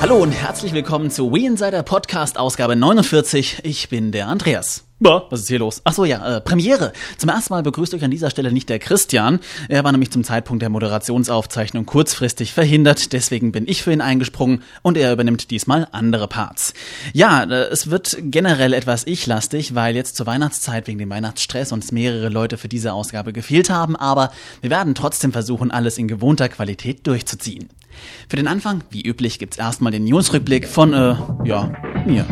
Hallo und herzlich willkommen zu Wii Insider Podcast Ausgabe 49. Ich bin der Andreas. Was ist hier los? Achso, ja, Premiere. Zum ersten Mal begrüßt euch an dieser Stelle nicht der Christian. Er war nämlich zum Zeitpunkt der Moderationsaufzeichnung kurzfristig verhindert. Deswegen bin ich für ihn eingesprungen und er übernimmt diesmal andere Parts. Ja, es wird generell etwas ich-lastig, weil jetzt zur Weihnachtszeit wegen dem Weihnachtsstress uns mehrere Leute für diese Ausgabe gefehlt haben. Aber wir werden trotzdem versuchen, alles in gewohnter Qualität durchzuziehen. Für den Anfang, wie üblich, gibt's erstmal den Newsrückblick von, mir.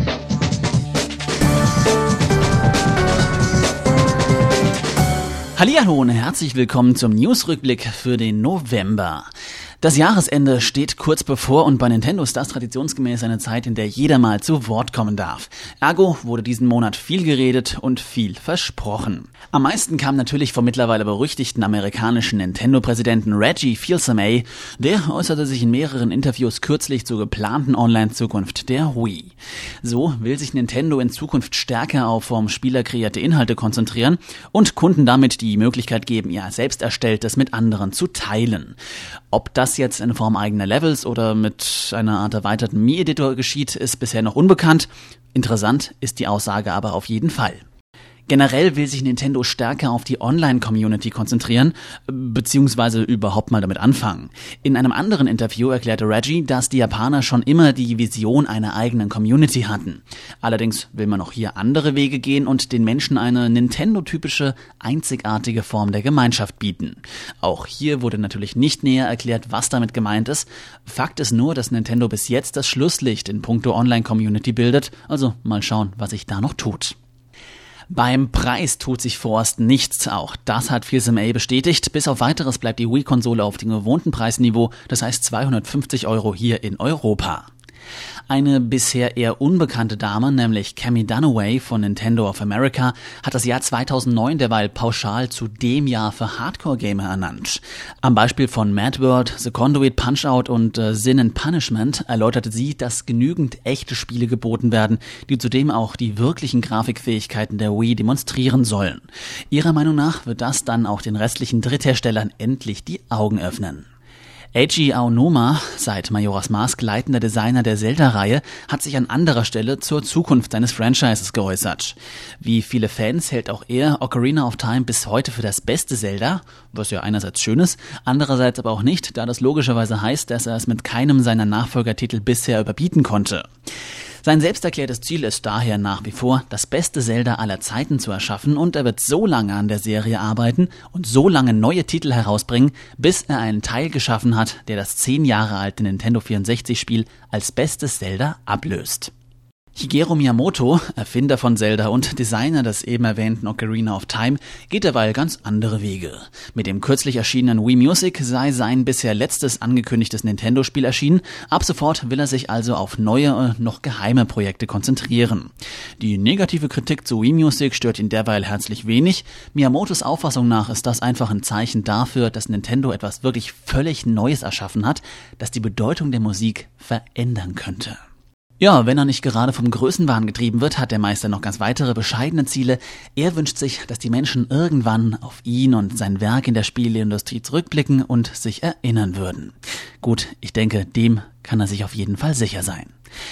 Hallihallo und herzlich willkommen zum Newsrückblick für den November. Das Jahresende steht kurz bevor und bei Nintendo ist das traditionsgemäß eine Zeit, in der jeder mal zu Wort kommen darf. Ergo wurde diesen Monat viel geredet und viel versprochen. Am meisten kam natürlich vom mittlerweile berüchtigten amerikanischen Nintendo-Präsidenten Reggie Fils-Aimé. Der äußerte sich in mehreren Interviews kürzlich zur geplanten Online-Zukunft der Wii. So will sich Nintendo in Zukunft stärker auf vom Spieler kreierte Inhalte konzentrieren und Kunden damit die Möglichkeit geben, ihr selbst Erstelltes mit anderen zu teilen. Ob das jetzt in Form eigener Levels oder mit einer Art erweiterten Mii-Editor geschieht, ist bisher noch unbekannt. Interessant ist die Aussage aber auf jeden Fall. Generell will sich Nintendo stärker auf die Online-Community konzentrieren, beziehungsweise überhaupt mal damit anfangen. In einem anderen Interview erklärte Reggie, dass die Japaner schon immer die Vision einer eigenen Community hatten. Allerdings will man auch hier andere Wege gehen und den Menschen eine Nintendo-typische, einzigartige Form der Gemeinschaft bieten. Auch hier wurde natürlich nicht näher erklärt, was damit gemeint ist. Fakt ist nur, dass Nintendo bis jetzt das Schlusslicht in puncto Online-Community bildet, also mal schauen, was sich da noch tut. Beim Preis tut sich vorerst nichts, auch das hat Fils-Aimé bestätigt. Bis auf Weiteres bleibt die Wii-Konsole auf dem gewohnten Preisniveau, das heißt 250 € hier in Europa. Eine bisher eher unbekannte Dame, nämlich Cammie Dunaway von Nintendo of America, hat das Jahr 2009 derweil pauschal zu dem Jahr für Hardcore-Gamer ernannt. Am Beispiel von Mad World, The Conduit, Punch-Out und Sin and Punishment erläuterte sie, dass genügend echte Spiele geboten werden, die zudem auch die wirklichen Grafikfähigkeiten der Wii demonstrieren sollen. Ihrer Meinung nach wird das dann auch den restlichen Drittherstellern endlich die Augen öffnen. Eiji Aonuma, seit Majora's Mask leitender Designer der Zelda-Reihe, hat sich an anderer Stelle zur Zukunft seines Franchises geäußert. Wie viele Fans hält auch er Ocarina of Time bis heute für das beste Zelda, was ja einerseits schön ist, andererseits aber auch nicht, da das logischerweise heißt, dass er es mit keinem seiner Nachfolgertitel bisher überbieten konnte. Sein selbsterklärtes Ziel ist daher nach wie vor, das beste Zelda aller Zeiten zu erschaffen und er wird so lange an der Serie arbeiten und so lange neue Titel herausbringen, bis er einen Teil geschaffen hat, der das 10 Jahre alte Nintendo 64-Spiel als bestes Zelda ablöst. Shigeru Miyamoto, Erfinder von Zelda und Designer des eben erwähnten Ocarina of Time, geht derweil ganz andere Wege. Mit dem kürzlich erschienenen Wii Music sei sein bisher letztes angekündigtes Nintendo-Spiel erschienen. Ab sofort will er sich also auf neue, noch geheime Projekte konzentrieren. Die negative Kritik zu Wii Music stört ihn derweil herzlich wenig. Miyamotos Auffassung nach ist das einfach ein Zeichen dafür, dass Nintendo etwas wirklich völlig Neues erschaffen hat, das die Bedeutung der Musik verändern könnte. Ja, wenn er nicht gerade vom Größenwahn getrieben wird, hat der Meister noch ganz weitere bescheidene Ziele. Er wünscht sich, dass die Menschen irgendwann auf ihn und sein Werk in der Spieleindustrie zurückblicken und sich erinnern würden. Gut, ich denke, dem kann er sich auf jeden Fall sicher sein.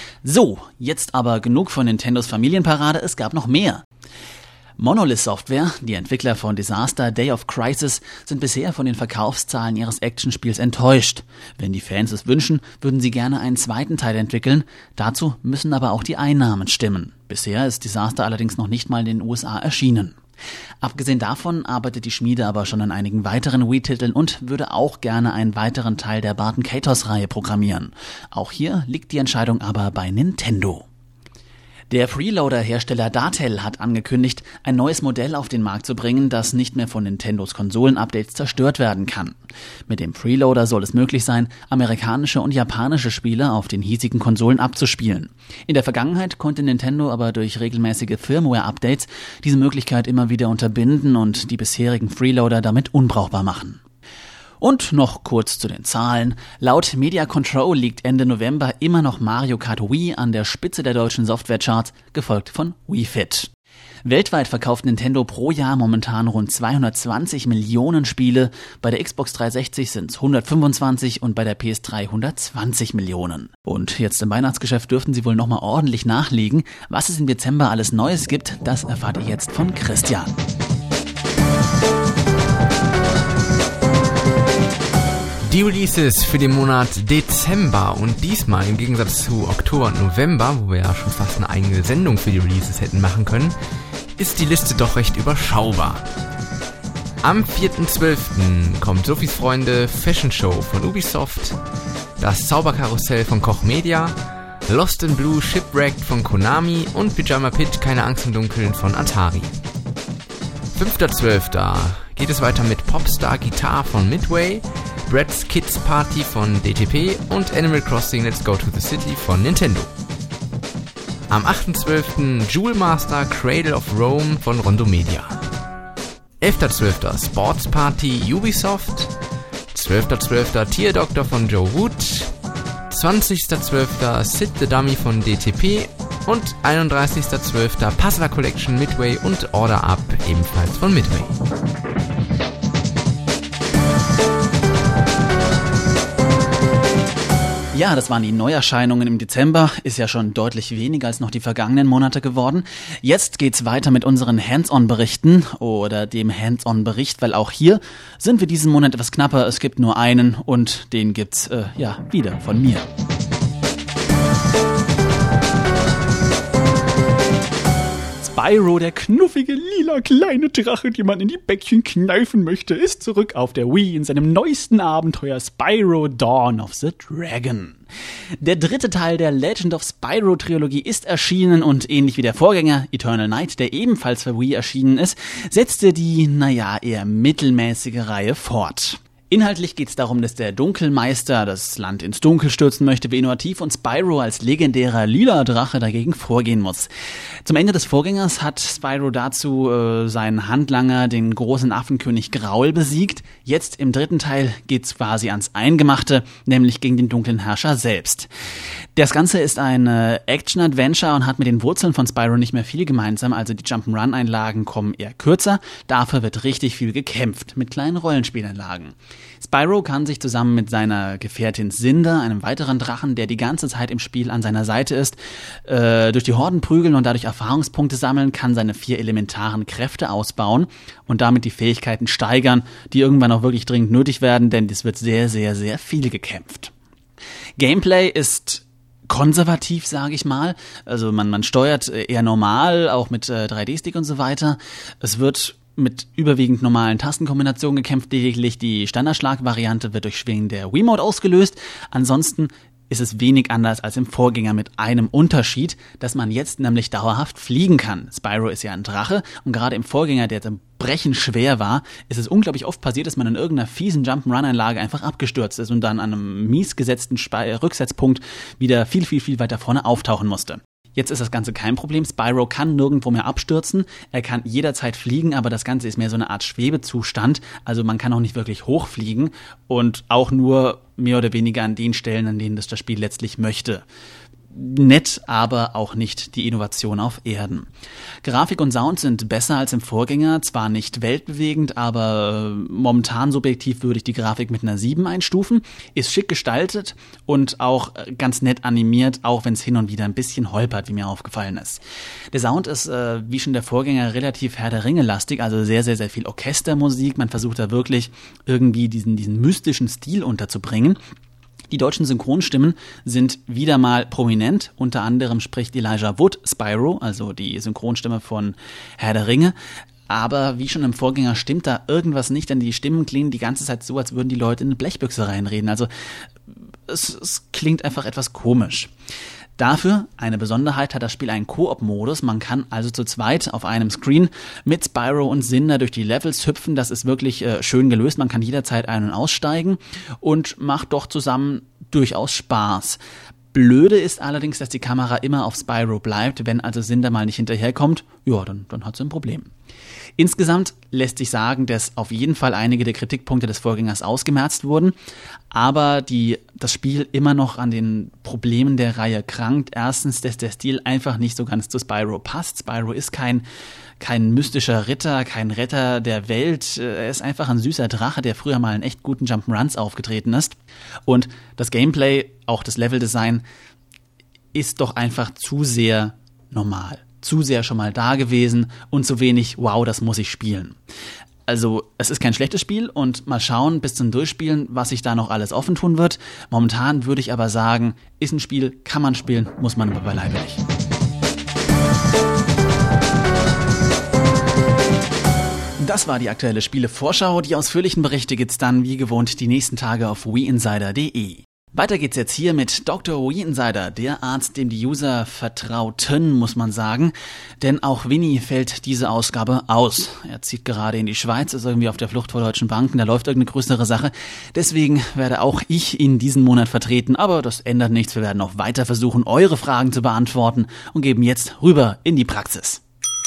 So, jetzt aber genug von Nintendos Familienparade, es gab noch mehr. Monolith Software, die Entwickler von Disaster Day of Crisis, sind bisher von den Verkaufszahlen ihres Actionspiels enttäuscht. Wenn die Fans es wünschen, würden sie gerne einen zweiten Teil entwickeln. Dazu müssen aber auch die Einnahmen stimmen. Bisher ist Disaster allerdings noch nicht mal in den USA erschienen. Abgesehen davon arbeitet die Schmiede aber schon an einigen weiteren Wii-Titeln und würde auch gerne einen weiteren Teil der Barton Kaitos-Reihe programmieren. Auch hier liegt die Entscheidung aber bei Nintendo. Der Freeloader-Hersteller Datel hat angekündigt, ein neues Modell auf den Markt zu bringen, das nicht mehr von Nintendos Konsolen-Updates zerstört werden kann. Mit dem Freeloader soll es möglich sein, amerikanische und japanische Spiele auf den hiesigen Konsolen abzuspielen. In der Vergangenheit konnte Nintendo aber durch regelmäßige Firmware-Updates diese Möglichkeit immer wieder unterbinden und die bisherigen Freeloader damit unbrauchbar machen. Und noch kurz zu den Zahlen. Laut Media Control liegt Ende November immer noch Mario Kart Wii an der Spitze der deutschen Softwarecharts, gefolgt von Wii Fit. Weltweit verkauft Nintendo pro Jahr momentan rund 220 Millionen Spiele. Bei der Xbox 360 sind es 125 und bei der PS3 120 Millionen. Und jetzt im Weihnachtsgeschäft dürften sie wohl nochmal ordentlich nachlegen. Was es im Dezember alles Neues gibt, das erfahrt ihr jetzt von Christian. Die Releases für den Monat Dezember und diesmal im Gegensatz zu Oktober und November, wo wir ja schon fast eine eigene Sendung für die Releases hätten machen können, ist die Liste doch recht überschaubar. Am 4.12. kommt Sophies Freunde Fashion Show von Ubisoft, das Zauberkarussell von Koch Media, Lost in Blue Shipwrecked von Konami und Pyjama Pit Keine Angst im Dunkeln von Atari. 5.12. geht es weiter mit Popstar Guitar von Midway, Brad's Kids Party von DTP und Animal Crossing Let's Go to the City von Nintendo. Am 8.12. Jewel Master Cradle of Rome von Rondo Media. 11.12. Sports Party Ubisoft. 12.12. Tier Doctor von Joe Wood. 20.12. Sid the Dummy von DTP. Und 31.12. Puzzler Collection Midway und Order Up ebenfalls von Midway. Ja, das waren die Neuerscheinungen im Dezember, ist ja schon deutlich weniger als noch die vergangenen Monate geworden. Jetzt geht's weiter mit unseren Hands-on-Berichten oder dem Hands-on-Bericht, weil auch hier sind wir diesen Monat etwas knapper. Es gibt nur einen und den gibt's wieder von mir. Spyro, der knuffige, lila kleine Drache, den man in die Bäckchen kneifen möchte, ist zurück auf der Wii in seinem neuesten Abenteuer Spyro Dawn of the Dragon. Der dritte Teil der Legend of Spyro Trilogie ist erschienen und ähnlich wie der Vorgänger Eternal Night, der ebenfalls für Wii erschienen ist, setzte die, eher mittelmäßige Reihe fort. Inhaltlich geht es darum, dass der Dunkelmeister das Land ins Dunkel stürzen möchte, wie innovativ, und Spyro als legendärer lila Drache dagegen vorgehen muss. Zum Ende des Vorgängers hat Spyro dazu seinen Handlanger, den großen Affenkönig Graul, besiegt. Jetzt im dritten Teil geht's quasi ans Eingemachte, nämlich gegen den dunklen Herrscher selbst. Das Ganze ist ein Action-Adventure und hat mit den Wurzeln von Spyro nicht mehr viel gemeinsam, also die Jump'n'Run-Einlagen kommen eher kürzer, dafür wird richtig viel gekämpft, mit kleinen Rollenspieleinlagen. Spyro kann sich zusammen mit seiner Gefährtin Cinder, einem weiteren Drachen, der die ganze Zeit im Spiel an seiner Seite ist, durch die Horden prügeln und dadurch Erfahrungspunkte sammeln, kann seine 4 elementaren Kräfte ausbauen und damit die Fähigkeiten steigern, die irgendwann auch wirklich dringend nötig werden, denn es wird sehr, sehr, sehr viel gekämpft. Gameplay ist konservativ, sage ich mal. Also man steuert eher normal, auch mit 3D-Stick und so weiter. Es wird mit überwiegend normalen Tastenkombinationen gekämpft, lediglich die Standardschlag-Variante wird durch Schwingen der Wiimote ausgelöst. Ansonsten ist es wenig anders als im Vorgänger mit einem Unterschied, dass man jetzt nämlich dauerhaft fliegen kann. Spyro ist ja ein Drache und gerade im Vorgänger, der zum Brechen schwer war, ist es unglaublich oft passiert, dass man in irgendeiner fiesen Jump'n'Run-Einlage einfach abgestürzt ist und dann an einem mies gesetzten Rücksetzpunkt wieder viel, viel, viel weiter vorne auftauchen musste. Jetzt ist das Ganze kein Problem. Spyro kann nirgendwo mehr abstürzen. Er kann jederzeit fliegen, aber das Ganze ist mehr so eine Art Schwebezustand. Also man kann auch nicht wirklich hochfliegen und auch nur mehr oder weniger an den Stellen, an denen das Spiel letztlich möchte. Nett, aber auch nicht die Innovation auf Erden. Grafik und Sound sind besser als im Vorgänger, zwar nicht weltbewegend, aber momentan subjektiv würde ich die Grafik mit einer 7 einstufen, ist schick gestaltet und auch ganz nett animiert, auch wenn es hin und wieder ein bisschen holpert, wie mir aufgefallen ist. Der Sound ist, wie schon der Vorgänger, relativ Herr der Ringe-lastig, also sehr, sehr, sehr viel Orchestermusik, man versucht da wirklich irgendwie diesen mystischen Stil unterzubringen. Die deutschen Synchronstimmen sind wieder mal prominent. Unter anderem spricht Elijah Wood Spyro, also die Synchronstimme von Herr der Ringe. Aber wie schon im Vorgänger stimmt da irgendwas nicht, denn die Stimmen klingen die ganze Zeit so, als würden die Leute in eine Blechbüchse reinreden. Also es klingt einfach etwas komisch. Dafür, eine Besonderheit, hat das Spiel einen Koop-Modus. Man kann also zu zweit auf einem Screen mit Spyro und Cinder durch die Levels hüpfen. Das ist wirklich schön gelöst. Man kann jederzeit ein- und aussteigen und macht doch zusammen durchaus Spaß. Blöde ist allerdings, dass die Kamera immer auf Spyro bleibt. Wenn also Cinder mal nicht hinterherkommt, ja, dann hat sie ein Problem. Insgesamt lässt sich sagen, dass auf jeden Fall einige der Kritikpunkte des Vorgängers ausgemerzt wurden, aber das Spiel immer noch an den Problemen der Reihe krankt. Erstens, dass der Stil einfach nicht so ganz zu Spyro passt. Spyro ist kein mystischer Ritter, kein Retter der Welt. Er ist einfach ein süßer Drache, der früher mal in echt guten Jump'n'Runs aufgetreten ist. Und das Gameplay, auch das Leveldesign, ist doch einfach zu sehr normal. Zu sehr schon mal da gewesen und zu wenig, wow, das muss ich spielen. Also es ist kein schlechtes Spiel und mal schauen bis zum Durchspielen, was sich da noch alles offen tun wird. Momentan würde ich aber sagen, ist ein Spiel, kann man spielen, muss man aber beileibe nicht. Das war die aktuelle Spielevorschau. Die ausführlichen Berichte gibt's dann wie gewohnt die nächsten Tage auf WiiInsider.de. Weiter geht's jetzt hier mit Dr. WiiInsider, der Arzt, dem die User vertrauten, muss man sagen. Denn auch Winnie fällt diese Ausgabe aus. Er zieht gerade in die Schweiz, ist irgendwie auf der Flucht vor deutschen Banken, da läuft irgendeine größere Sache. Deswegen werde auch ich ihn diesen Monat vertreten, aber das ändert nichts. Wir werden auch weiter versuchen, eure Fragen zu beantworten und geben jetzt rüber in die Praxis.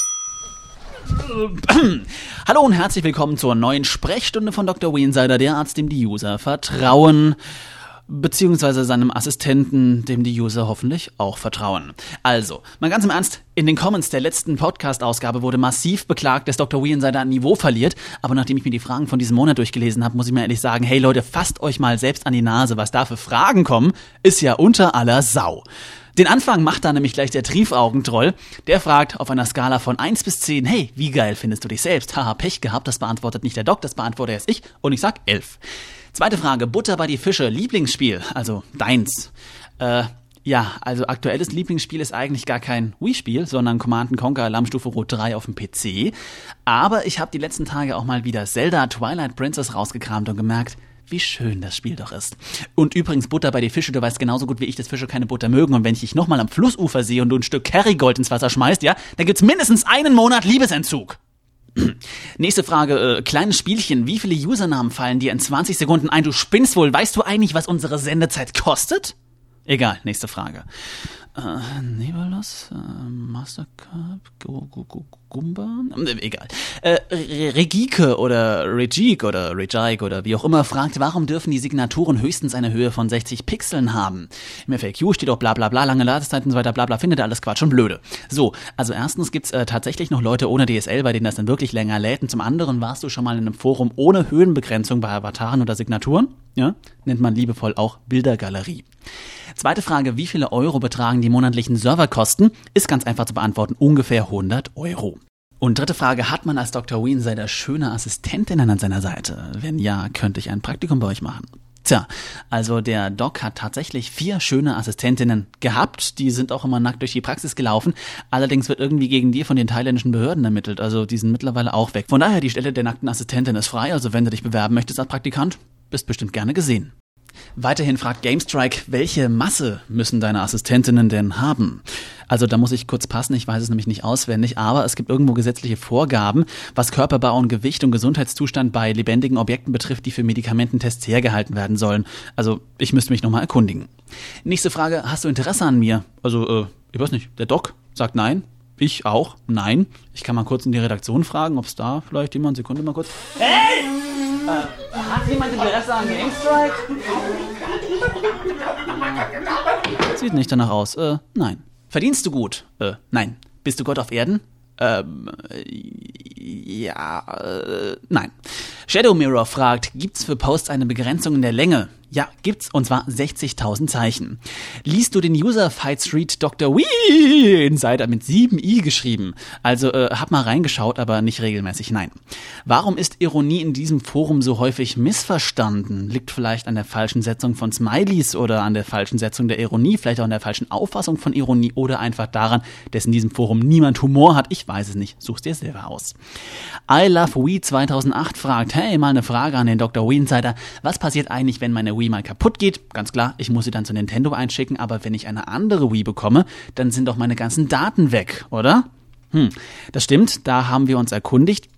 Hallo und herzlich willkommen zur neuen Sprechstunde von Dr. WiiInsider, der Arzt, dem die User vertrauen. Beziehungsweise seinem Assistenten, dem die User hoffentlich auch vertrauen. Also, mal ganz im Ernst, in den Comments der letzten Podcast-Ausgabe wurde massiv beklagt, dass Dr. WiiInsider an Niveau verliert, aber nachdem ich mir die Fragen von diesem Monat durchgelesen habe, muss ich mir ehrlich sagen, hey Leute, fasst euch mal selbst an die Nase, was da für Fragen kommen, ist ja unter aller Sau. Den Anfang macht da nämlich gleich der Triefaugentroll. Der fragt auf einer Skala von 1 bis 10, hey, wie geil findest du dich selbst? Haha, Pech gehabt, das beantwortet nicht der Doc, das beantworte erst ich und ich sag 11. Zweite Frage, Butter bei die Fische, Lieblingsspiel, also deins. Ja, also aktuelles Lieblingsspiel ist eigentlich gar kein Wii-Spiel, sondern Command & Conquer Alarmstufe Rot 3 auf dem PC. Aber ich habe die letzten Tage auch mal wieder Zelda Twilight Princess rausgekramt und gemerkt, wie schön das Spiel doch ist. Und übrigens, Butter bei die Fische, du weißt genauso gut wie ich, dass Fische keine Butter mögen. Und wenn ich dich nochmal am Flussufer sehe und du ein Stück Kerrygold ins Wasser schmeißt, ja, dann gibt's mindestens einen Monat Liebesentzug. Nächste Frage, kleines Spielchen. Wie viele Usernamen fallen dir in 20 Sekunden ein? Du spinnst wohl. Weißt du eigentlich, was unsere Sendezeit kostet? Egal, nächste Frage. Nebelos, Mastercard, Gumba, egal. Regike oder Regik oder Regique oder wie auch immer fragt, warum dürfen die Signaturen höchstens eine Höhe von 60 Pixeln haben? Im FAQ steht auch bla bla bla, lange Ladezeiten und so weiter, bla bla, findet ihr alles Quatsch und blöde. So, also erstens gibt's tatsächlich noch Leute ohne DSL, bei denen das dann wirklich länger lädt. Und zum anderen warst du schon mal in einem Forum ohne Höhenbegrenzung bei Avataren oder Signaturen? Ja, nennt man liebevoll auch Bildergalerie. Zweite Frage, wie viele Euro betragen die monatlichen Serverkosten? Ist ganz einfach zu beantworten, ungefähr 100 Euro. Und dritte Frage, hat man als Dr. WiiInsider schöne Assistentinnen an seiner Seite? Wenn ja, könnte ich ein Praktikum bei euch machen. Tja, also der Doc hat tatsächlich 4 schöne Assistentinnen gehabt. Die sind auch immer nackt durch die Praxis gelaufen. Allerdings wird irgendwie gegen die von den thailändischen Behörden ermittelt. Also die sind mittlerweile auch weg. Von daher, die Stelle der nackten Assistentin ist frei. Also wenn du dich bewerben möchtest als Praktikant, bist bestimmt gerne gesehen. Weiterhin fragt GameStrike, welche Masse müssen deine Assistentinnen denn haben? Also da muss ich kurz passen, ich weiß es nämlich nicht auswendig, aber es gibt irgendwo gesetzliche Vorgaben, was Körperbau und Gewicht und Gesundheitszustand bei lebendigen Objekten betrifft, die für Medikamententests hergehalten werden sollen. Also ich müsste mich nochmal erkundigen. Nächste Frage, hast du Interesse an mir? Also, ich weiß nicht, der Doc sagt nein, ich auch, nein. Ich kann mal kurz in die Redaktion fragen, ob es da vielleicht jemand, Sekunde mal kurz. Hey! Hat jemand Interesse an GameStrike? Sieht nicht danach aus. Nein. Verdienst du gut? Nein. Bist du Gott auf Erden? Nein. Shadow Mirror fragt, gibt's für Posts eine Begrenzung in der Länge? Ja, gibt's, und zwar 60.000 Zeichen. Liest du den User Fight Street Dr. WiiInsider mit 7i geschrieben? Also, hab mal reingeschaut, aber nicht regelmäßig, nein. Warum ist Ironie in diesem Forum so häufig missverstanden? Liegt vielleicht an der falschen Setzung von Smileys oder an der falschen Setzung der Ironie, vielleicht auch an der falschen Auffassung von Ironie oder einfach daran, dass in diesem Forum niemand Humor hat? Ich weiß es nicht, such's dir selber aus. I Love Wii 2008 fragt, hey, mal eine Frage an den Dr. WiiInsider. Was passiert eigentlich, wenn meine Wii mal kaputt geht? Ganz klar, ich muss sie dann zu Nintendo einschicken, aber wenn ich eine andere Wii bekomme, dann sind doch meine ganzen Daten weg, oder? Das stimmt, da haben wir uns erkundigt.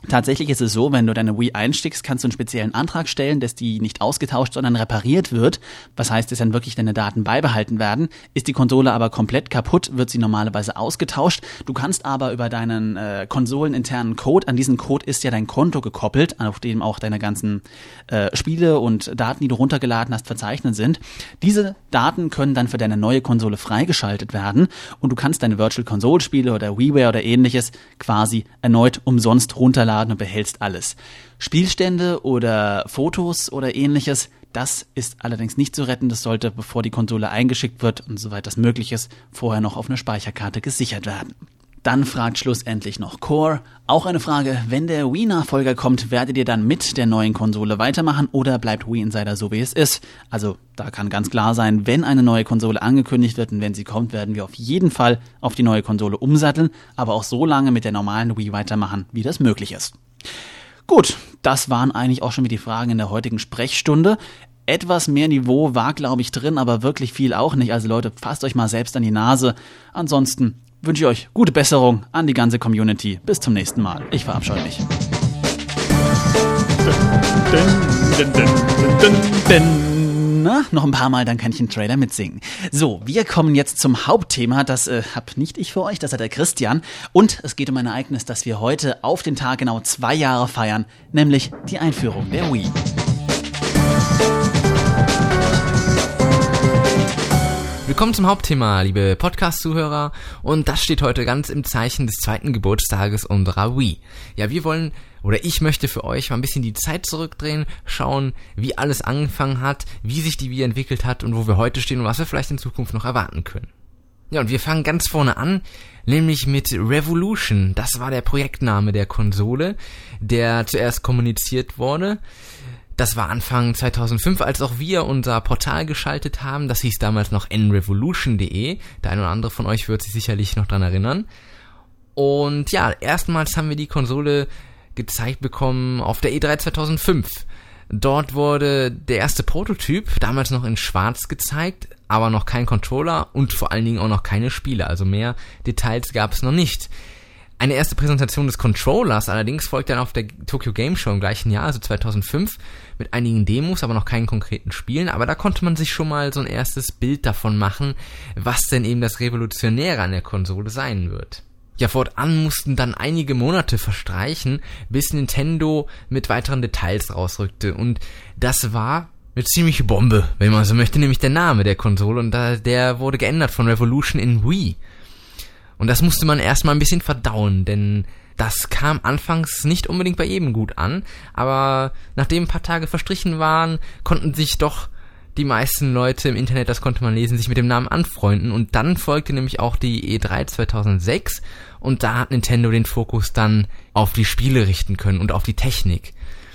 Tatsächlich ist es so, wenn du deine Wii einsteckst, kannst du einen speziellen Antrag stellen, dass die nicht ausgetauscht, sondern repariert wird. Was heißt, dass dann wirklich deine Daten beibehalten werden. Ist die Konsole aber komplett kaputt, wird sie normalerweise ausgetauscht. Du kannst aber über deinen konsoleninternen Code, an diesen Code ist ja dein Konto gekoppelt, auf dem auch deine ganzen Spiele und Daten, die du runtergeladen hast, verzeichnet sind. Diese Daten können dann für deine neue Konsole freigeschaltet werden und du kannst deine Virtual Console Spiele oder WiiWare oder ähnliches quasi erneut umsonst runterladen und behältst alles. Spielstände oder Fotos oder ähnliches, das ist allerdings nicht zu retten. Das sollte, bevor die Konsole eingeschickt wird und soweit das möglich ist, vorher noch auf eine Speicherkarte gesichert werden. Dann fragt schlussendlich noch Core. Auch eine Frage, wenn der Wii-Nachfolger kommt, werdet ihr dann mit der neuen Konsole weitermachen oder bleibt Wii Insider so wie es ist? Also da kann ganz klar sein, wenn eine neue Konsole angekündigt wird und wenn sie kommt, werden wir auf jeden Fall auf die neue Konsole umsatteln, aber auch so lange mit der normalen Wii weitermachen, wie das möglich ist. Gut, das waren eigentlich auch schon wieder die Fragen in der heutigen Sprechstunde. Etwas mehr Niveau war, glaube ich, drin, aber wirklich viel auch nicht. Also Leute, fasst euch mal selbst an die Nase. Ansonsten wünsche ich euch gute Besserung an die ganze Community. Bis zum nächsten Mal. Ich verabscheue mich. Na, noch ein paar Mal, dann kann ich den Trailer mitsingen. So, wir kommen jetzt zum Hauptthema. Das hab nicht ich für euch, das hat der Christian. Und es geht um ein Ereignis, das wir heute auf den Tag genau 2 Jahre feiern, nämlich die Einführung der Wii. Willkommen zum Hauptthema, liebe Podcast-Zuhörer, und das steht heute ganz im Zeichen des 2. Geburtstages unserer Wii. Ja, ich möchte für euch mal ein bisschen die Zeit zurückdrehen, schauen, wie alles angefangen hat, wie sich die Wii entwickelt hat und wo wir heute stehen und was wir vielleicht in Zukunft noch erwarten können. Ja, und wir fangen ganz vorne an, nämlich mit Revolution. Das war der Projektname der Konsole, der zuerst kommuniziert wurde. Das war Anfang 2005, als auch wir unser Portal geschaltet haben. Das hieß damals noch nrevolution.de. Der eine oder andere von euch wird sich sicherlich noch dran erinnern. Und ja, erstmals haben wir die Konsole gezeigt bekommen auf der E3 2005. Dort wurde der erste Prototyp, damals noch in schwarz gezeigt, aber noch kein Controller und vor allen Dingen auch noch keine Spiele. Also mehr Details gab es noch nicht. Eine erste Präsentation des Controllers allerdings folgte dann auf der Tokyo Game Show im gleichen Jahr, also 2005, mit einigen Demos, aber noch keinen konkreten Spielen. Aber da konnte man sich schon mal so ein erstes Bild davon machen, was denn eben das Revolutionäre an der Konsole sein wird. Ja, fortan mussten dann einige Monate verstreichen, bis Nintendo mit weiteren Details rausrückte. Und das war eine ziemliche Bombe, wenn man so möchte, nämlich der Name der Konsole. Und der wurde geändert von Revolution in Wii. Und das musste man erstmal ein bisschen verdauen, denn das kam anfangs nicht unbedingt bei jedem gut an, aber nachdem ein paar Tage verstrichen waren, konnten sich doch die meisten Leute im Internet, das konnte man lesen, sich mit dem Namen anfreunden. Und dann folgte nämlich auch die E3 2006 und da hat Nintendo den Fokus dann auf die Spiele richten können und auf die Technik.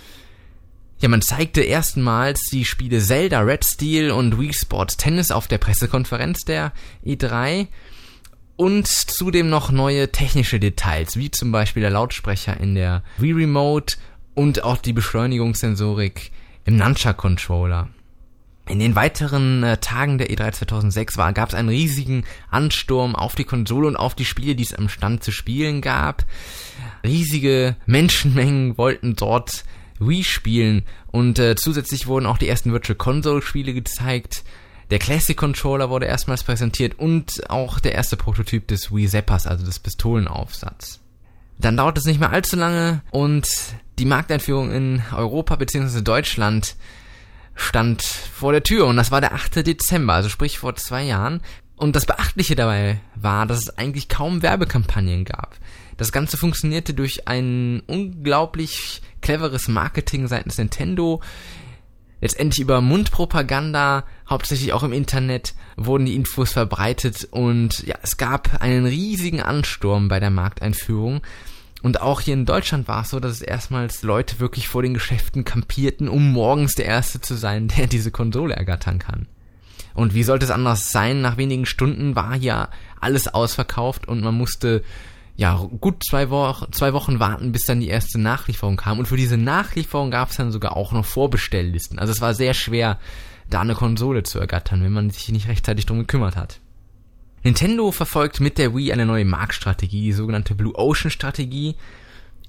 Ja, man zeigte erstmals die Spiele Zelda, Red Steel und Wii Sports Tennis auf der Pressekonferenz der E3. Und zudem noch neue technische Details, wie zum Beispiel der Lautsprecher in der Wii Remote und auch die Beschleunigungssensorik im Nunchuck-Controller. In den weiteren Tagen der E3 2006 gab es einen riesigen Ansturm auf die Konsole und auf die Spiele, die es am Stand zu spielen gab. Riesige Menschenmengen wollten dort Wii spielen und zusätzlich wurden auch die ersten Virtual Console Spiele gezeigt. Der Classic Controller wurde erstmals präsentiert und auch der erste Prototyp des Wii Zappers, also des Pistolenaufsatz. Dann dauert es nicht mehr allzu lange und die Markteinführung in Europa bzw. Deutschland stand vor der Tür und das war der 8. Dezember, also sprich vor 2 Jahren. Und das Beachtliche dabei war, dass es eigentlich kaum Werbekampagnen gab. Das Ganze funktionierte durch ein unglaublich cleveres Marketing seitens Nintendo. Letztendlich über Mundpropaganda, hauptsächlich auch im Internet, wurden die Infos verbreitet und ja, es gab einen riesigen Ansturm bei der Markteinführung. Und auch hier in Deutschland war es so, dass es erstmals Leute wirklich vor den Geschäften kampierten, um morgens der Erste zu sein, der diese Konsole ergattern kann. Und wie sollte es anders sein? Nach wenigen Stunden war ja alles ausverkauft und man musste ja gut 2 Wochen warten, bis dann die erste Nachlieferung kam. Und für diese Nachlieferung gab es dann sogar auch noch Vorbestelllisten. Also es war sehr schwer, da eine Konsole zu ergattern, wenn man sich nicht rechtzeitig drum gekümmert hat. Nintendo verfolgt mit der Wii eine neue Marktstrategie, die sogenannte Blue Ocean Strategie.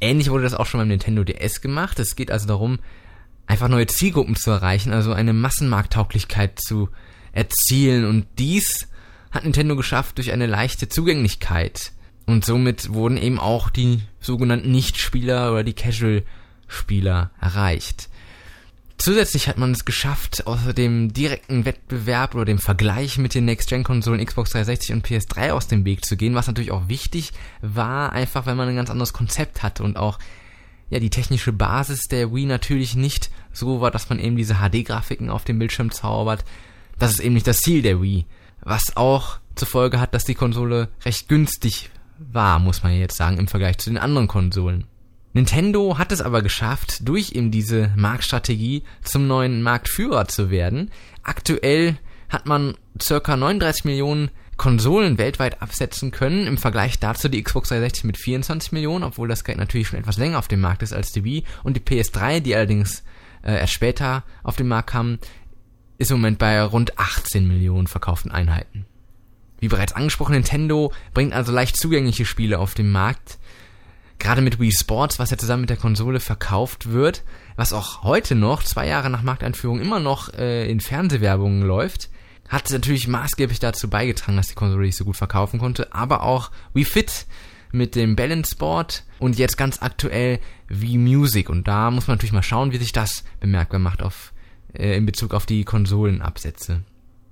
Ähnlich wurde das auch schon beim Nintendo DS gemacht. Es geht also darum, einfach neue Zielgruppen zu erreichen, also eine Massenmarkttauglichkeit zu erzielen. Und dies hat Nintendo geschafft durch eine leichte Zugänglichkeit. Und somit wurden eben auch die sogenannten Nichtspieler oder die Casual-Spieler erreicht. Zusätzlich hat man es geschafft, außer dem direkten Wettbewerb oder dem Vergleich mit den Next-Gen-Konsolen Xbox 360 und PS3 aus dem Weg zu gehen, was natürlich auch wichtig war, einfach weil man ein ganz anderes Konzept hatte und auch die technische Basis der Wii natürlich nicht so war, dass man eben diese HD-Grafiken auf dem Bildschirm zaubert. Das ist eben nicht das Ziel der Wii, was auch zur Folge hat, dass die Konsole recht günstig war, muss man jetzt sagen, im Vergleich zu den anderen Konsolen. Nintendo hat es aber geschafft, durch eben diese Marktstrategie zum neuen Marktführer zu werden. Aktuell hat man ca. 39 Millionen Konsolen weltweit absetzen können. Im Vergleich dazu die Xbox 360 mit 24 Millionen, obwohl das Gerät natürlich schon etwas länger auf dem Markt ist als die Wii. Und die PS3, die allerdings erst später auf den Markt kam, ist im Moment bei rund 18 Millionen verkauften Einheiten. Wie bereits angesprochen, Nintendo bringt also leicht zugängliche Spiele auf den Markt. Gerade mit Wii Sports, was ja zusammen mit der Konsole verkauft wird, was auch heute noch, 2 Jahre nach Markteinführung, immer noch in Fernsehwerbungen läuft, hat natürlich maßgeblich dazu beigetragen, dass die Konsole sich so gut verkaufen konnte. Aber auch Wii Fit mit dem Balance Board und jetzt ganz aktuell Wii Music. Und da muss man natürlich mal schauen, wie sich das bemerkbar macht in Bezug auf die Konsolenabsätze.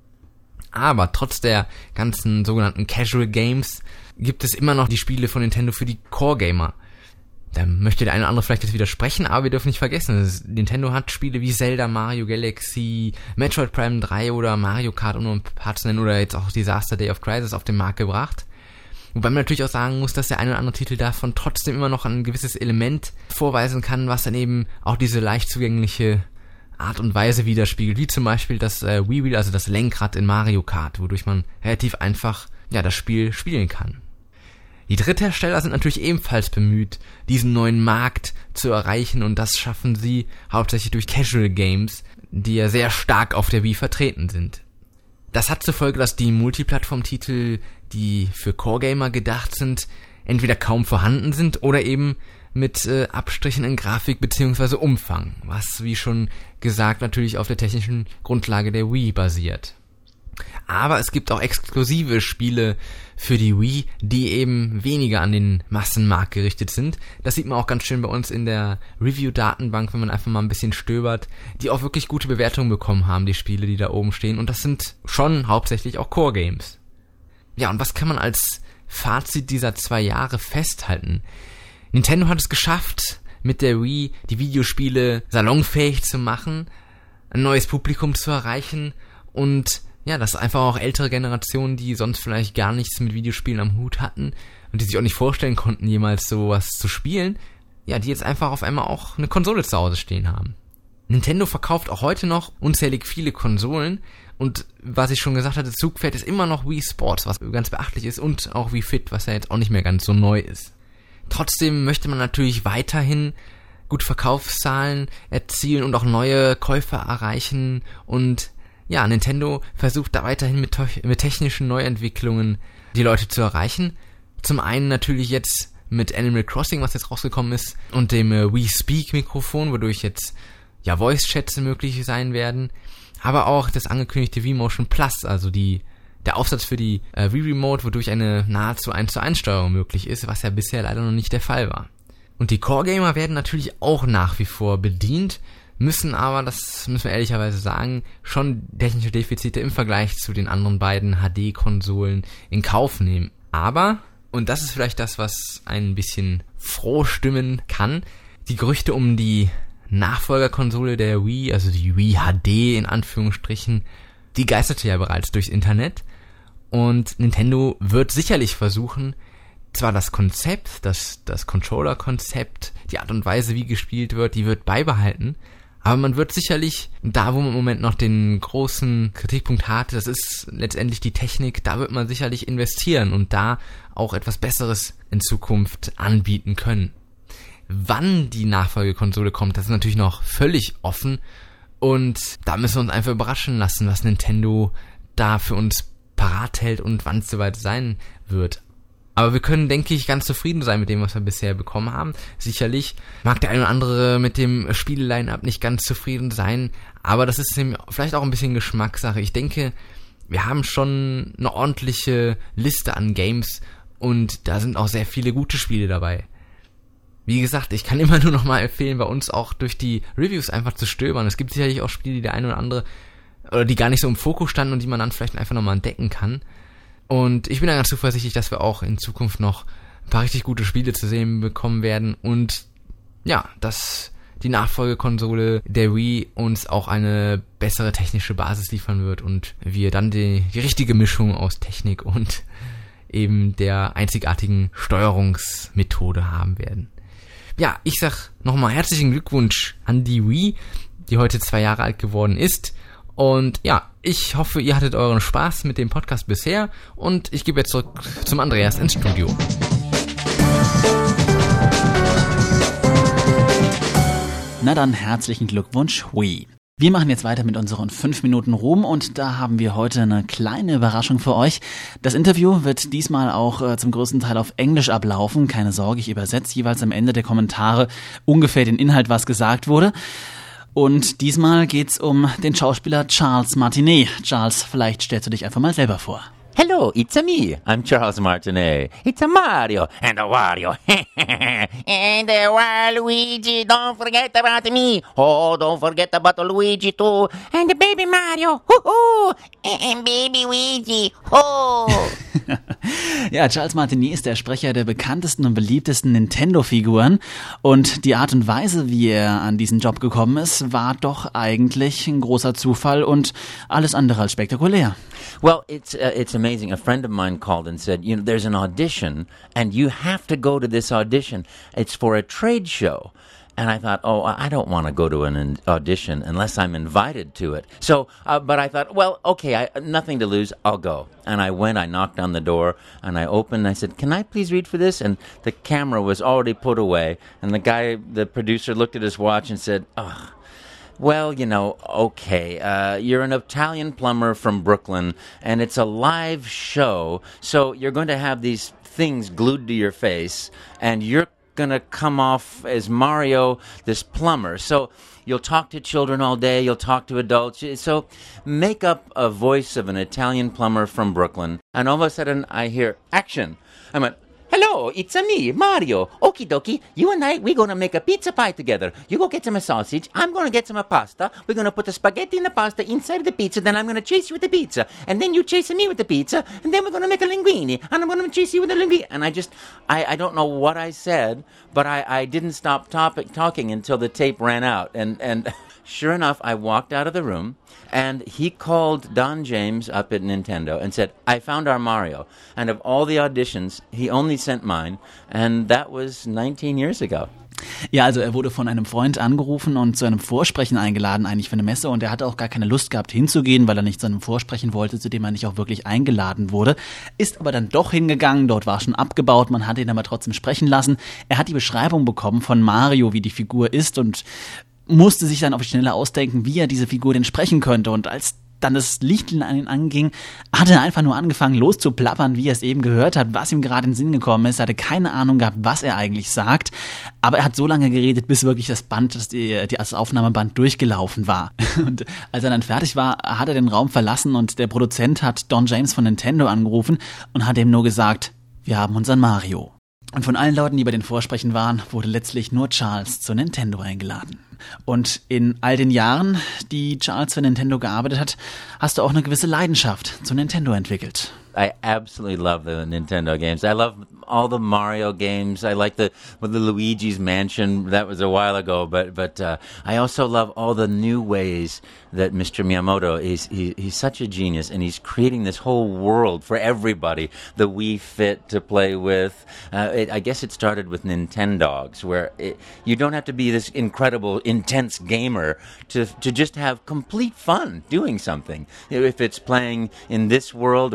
Aber trotz der ganzen sogenannten Casual Games gibt es immer noch die Spiele von Nintendo für die Core-Gamer. Da möchte der eine oder andere vielleicht jetzt widersprechen, aber wir dürfen nicht vergessen, Nintendo hat Spiele wie Zelda, Mario Galaxy, Metroid Prime 3 oder Mario Kart, um nur ein paar zu nennen, oder jetzt auch Disaster Day of Crisis auf den Markt gebracht. Wobei man natürlich auch sagen muss, dass der eine oder andere Titel davon trotzdem immer noch ein gewisses Element vorweisen kann, was dann eben auch diese leicht zugängliche Art und Weise widerspiegelt, wie zum Beispiel das Wii Wheel, also das Lenkrad in Mario Kart, wodurch man relativ einfach das Spiel spielen kann. Die Dritthersteller sind natürlich ebenfalls bemüht, diesen neuen Markt zu erreichen, und das schaffen sie hauptsächlich durch Casual Games, die ja sehr stark auf der Wii vertreten sind. Das hat zur Folge, dass die Multiplattform-Titel, die für Core-Gamer gedacht sind, entweder kaum vorhanden sind oder eben mit Abstrichen in Grafik bzw. Umfang, was, wie schon gesagt, natürlich auf der technischen Grundlage der Wii basiert. Aber es gibt auch exklusive Spiele für die Wii, die eben weniger an den Massenmarkt gerichtet sind. Das sieht man auch ganz schön bei uns in der Review-Datenbank, wenn man einfach mal ein bisschen stöbert, die auch wirklich gute Bewertungen bekommen haben, die Spiele, die da oben stehen. Und das sind schon hauptsächlich auch Core-Games. Ja, und was kann man als Fazit dieser 2 Jahre festhalten? Nintendo hat es geschafft, mit der Wii die Videospiele salonfähig zu machen, ein neues Publikum zu erreichen und dass einfach auch ältere Generationen, die sonst vielleicht gar nichts mit Videospielen am Hut hatten und die sich auch nicht vorstellen konnten, jemals sowas zu spielen, die jetzt einfach auf einmal auch eine Konsole zu Hause stehen haben. Nintendo verkauft auch heute noch unzählig viele Konsolen, und was ich schon gesagt hatte, Zugpferd ist immer noch Wii Sports, was ganz beachtlich ist, und auch Wii Fit, was ja jetzt auch nicht mehr ganz so neu ist. Trotzdem möchte man natürlich weiterhin gute Verkaufszahlen erzielen und auch neue Käufer erreichen, und Nintendo versucht da weiterhin mit technischen Neuentwicklungen die Leute zu erreichen. Zum einen natürlich jetzt mit Animal Crossing, was jetzt rausgekommen ist, und dem Wii Speak Mikrofon, wodurch jetzt Voice-Chats möglich sein werden, aber auch das angekündigte Wii Motion Plus, also der Aufsatz für die Wii Remote, wodurch eine nahezu 1:1 Steuerung möglich ist, was ja bisher leider noch nicht der Fall war. Und die Core-Gamer werden natürlich auch nach wie vor bedient, müssen aber, das müssen wir ehrlicherweise sagen, schon technische Defizite im Vergleich zu den anderen beiden HD-Konsolen in Kauf nehmen. Aber, und das ist vielleicht das, was ein bisschen froh stimmen kann, die Gerüchte um die Nachfolgerkonsole der Wii, also die Wii HD in Anführungsstrichen, die geisterte ja bereits durchs Internet, und Nintendo wird sicherlich versuchen, zwar das Konzept, das Controller-Konzept, die Art und Weise, wie gespielt wird, die wird beibehalten, aber man wird sicherlich, da wo man im Moment noch den großen Kritikpunkt hat, das ist letztendlich die Technik, da wird man sicherlich investieren und da auch etwas Besseres in Zukunft anbieten können. Wann die Nachfolgekonsole kommt, das ist natürlich noch völlig offen, und da müssen wir uns einfach überraschen lassen, was Nintendo da für uns parat hält und wann es soweit sein wird. Aber wir können, denke ich, ganz zufrieden sein mit dem, was wir bisher bekommen haben. Sicherlich mag der eine oder andere mit dem Spiele-Line-Up nicht ganz zufrieden sein, aber das ist vielleicht auch ein bisschen Geschmackssache. Ich denke, wir haben schon eine ordentliche Liste an Games und da sind auch sehr viele gute Spiele dabei. Wie gesagt, ich kann immer nur noch mal empfehlen, bei uns auch durch die Reviews einfach zu stöbern. Es gibt sicherlich auch Spiele, die der eine oder andere, oder die gar nicht so im Fokus standen und die man dann vielleicht einfach nochmal entdecken kann. Und ich bin da ganz zuversichtlich, dass wir auch in Zukunft noch ein paar richtig gute Spiele zu sehen bekommen werden und ja, dass die Nachfolgekonsole der Wii uns auch eine bessere technische Basis liefern wird und wir dann die richtige Mischung aus Technik und eben der einzigartigen Steuerungsmethode haben werden. Ja, ich sag nochmal herzlichen Glückwunsch an die Wii, die heute 2 Jahre alt geworden ist. Und ja, ich hoffe, ihr hattet euren Spaß mit dem Podcast bisher und ich gebe jetzt zurück zum Andreas ins Studio. Na dann, herzlichen Glückwunsch, Wii. Wir machen jetzt weiter mit unseren 5 Minuten Ruhm und da haben wir heute eine kleine Überraschung für euch. Das Interview wird diesmal auch zum größten Teil auf Englisch ablaufen. Keine Sorge, ich übersetze jeweils am Ende der Kommentare ungefähr den Inhalt, was gesagt wurde. Und diesmal geht's um den Schauspieler Charles Martinet. Charles, vielleicht stellst du dich einfach mal selber vor. Hello, it's a me. I'm Charles Martinet. It's a Mario and a Wario. And a Waluigi, don't forget about me. Oh, don't forget about Luigi too. And the baby Mario. Hoo-hoo. And baby Luigi. Oh. Ja, Charles Martinet ist der Sprecher der bekanntesten und beliebtesten Nintendo-Figuren und die Art und Weise, wie er an diesen Job gekommen ist, war doch eigentlich ein großer Zufall und alles andere als spektakulär. Well, it's amazing. A friend of mine called and said, you know, there's an audition and you have to go to this audition. It's for a trade show. And I thought, oh, I don't want to go to an audition unless I'm invited to it. So, but I thought, well, okay, nothing to lose. I'll go. And I went, I knocked on the door, and I opened, and I said, can I please read for this? And the camera was already put away. And the producer looked at his watch and said, oh, well, you know, okay, you're an Italian plumber from Brooklyn, and it's a live show, so you're going to have these things glued to your face, and you're going to come off as Mario, this plumber. So you'll talk to children all day, you'll talk to adults. So make up a voice of an Italian plumber from Brooklyn. And all of a sudden I hear action. I went, hello, it's a me, Mario. Okie dokie, you and I, we're going to make a pizza pie together. You go get some sausage, I'm going to get some pasta. We're going to put the spaghetti and the pasta inside the pizza, then I'm going to chase you with the pizza. And then you chase me with the pizza, and then we're going to make a linguine, and I'm going to chase you with the linguine. And I don't know what I said, but I didn't stop talking until the tape ran out. And sure enough, I walked out of the room, and he called Don James up at Nintendo and said, I found our Mario. And of all the auditions, he only sent mine, and that was 19 years ago. Ja, also er wurde von einem Freund angerufen und zu einem Vorsprechen eingeladen, eigentlich für eine Messe, und er hatte auch gar keine Lust gehabt hinzugehen, weil er nicht zu einem Vorsprechen wollte, zu dem er nicht auch wirklich eingeladen wurde, ist aber dann doch hingegangen, dort war schon abgebaut, man hat ihn aber trotzdem sprechen lassen. Er hat die Beschreibung bekommen von Mario, wie die Figur ist, und musste sich dann auf die Schnelle ausdenken, wie er diese Figur denn sprechen könnte, und als dann das Licht an ihn anging, hat er einfach nur angefangen loszuplappern, wie er es eben gehört hat, was ihm gerade in den Sinn gekommen ist. Er hatte keine Ahnung gehabt, was er eigentlich sagt, aber er hat so lange geredet, bis wirklich das Aufnahmeband durchgelaufen war. Und als er dann fertig war, hat er den Raum verlassen und der Produzent hat Don James von Nintendo angerufen und hat ihm nur gesagt, wir haben unseren Mario. Und von allen Leuten, die bei den Vorsprechen waren, wurde letztlich nur Charles zu Nintendo eingeladen. Und in all den Jahren, die Charles für Nintendo gearbeitet hat, hast du auch eine gewisse Leidenschaft zu Nintendo entwickelt. I absolutely love the Nintendo games. I love all the Mario games. I like the Luigi's Mansion. That was a while ago, but I also love all the new ways that Mr. Miyamoto he's such a genius, and he's creating this whole world for everybody. The Wii Fit to play with. I guess it started with Nintendogs, where you don't have to be this incredible, intense gamer to just have complete fun doing something. If it's playing in this world or that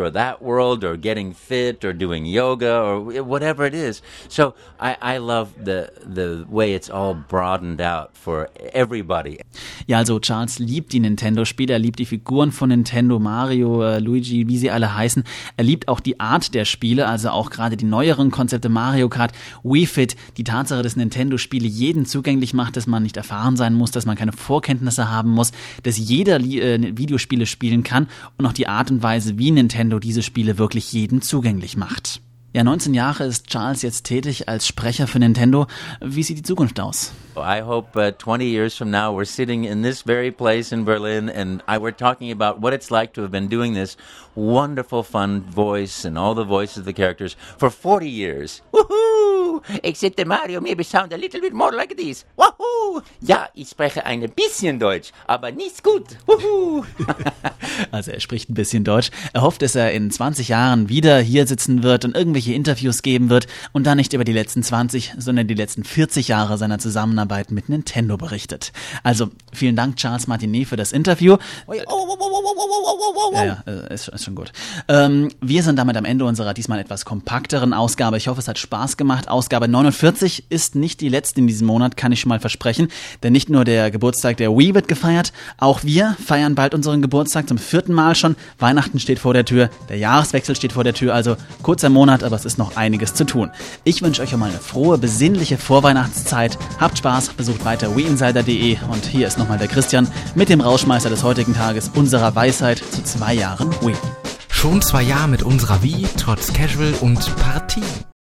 world or getting fit or doing yoga or whatever it is. So I love the way it's all broadened out for everybody. Ja, also Charles liebt die Nintendo-Spiele, er liebt die Figuren von Nintendo, Mario, Luigi, wie sie alle heißen. Er liebt auch die Art der Spiele, also auch gerade die neueren Konzepte Mario Kart, Wii Fit, die Tatsache, dass Nintendo-Spiele jeden zugänglich macht, dass man nicht erfahren sein muss, dass man keine Vorkenntnisse haben muss, dass jeder Videospiele spielen kann und auch die Art und Weise, wie Nintendo diese Spiele wirklich jedem zugänglich macht. Ja, 19 Jahre ist Charles jetzt tätig als Sprecher für Nintendo. Wie sieht die Zukunft aus? I hope 20 years from now we're sitting in this very place in Berlin and we're talking about what it's like to have been doing this wonderful, fun voice and all the voices of the characters for 40 years. Woohoo! Except the Mario maybe sound a little bit more like this. Woohoo! Ja, ich spreche ein bisschen Deutsch, aber nicht gut. Woohoo! Also er spricht ein bisschen Deutsch. Er hofft, dass er in 20 Jahren wieder hier sitzen wird und irgendwelche Interviews geben wird und dann nicht über die letzten 20, sondern die letzten 40 Jahre seiner Zusammenarbeit mit Nintendo berichtet. Also vielen Dank, Charles Martinet, für das Interview. Ja, ist schon gut. Wir sind damit am Ende unserer diesmal etwas kompakteren Ausgabe. Ich hoffe, es hat Spaß gemacht. Ausgabe 49 ist nicht die letzte in diesem Monat, kann ich schon mal versprechen. Denn nicht nur der Geburtstag der Wii wird gefeiert, auch wir feiern bald unseren Geburtstag zum 4. Mal schon. Weihnachten steht vor der Tür, der Jahreswechsel steht vor der Tür, also kurzer Monat, aber es ist noch einiges zu tun. Ich wünsche euch mal eine frohe, besinnliche Vorweihnachtszeit. Habt Spaß, besucht weiter WeInsider.de und hier ist nochmal der Christian mit dem Rauschmeister des heutigen Tages, unserer Weisheit zu 2 Jahren Wii. Schon 2 Jahre mit unserer Wii, trotz Casual und Partie.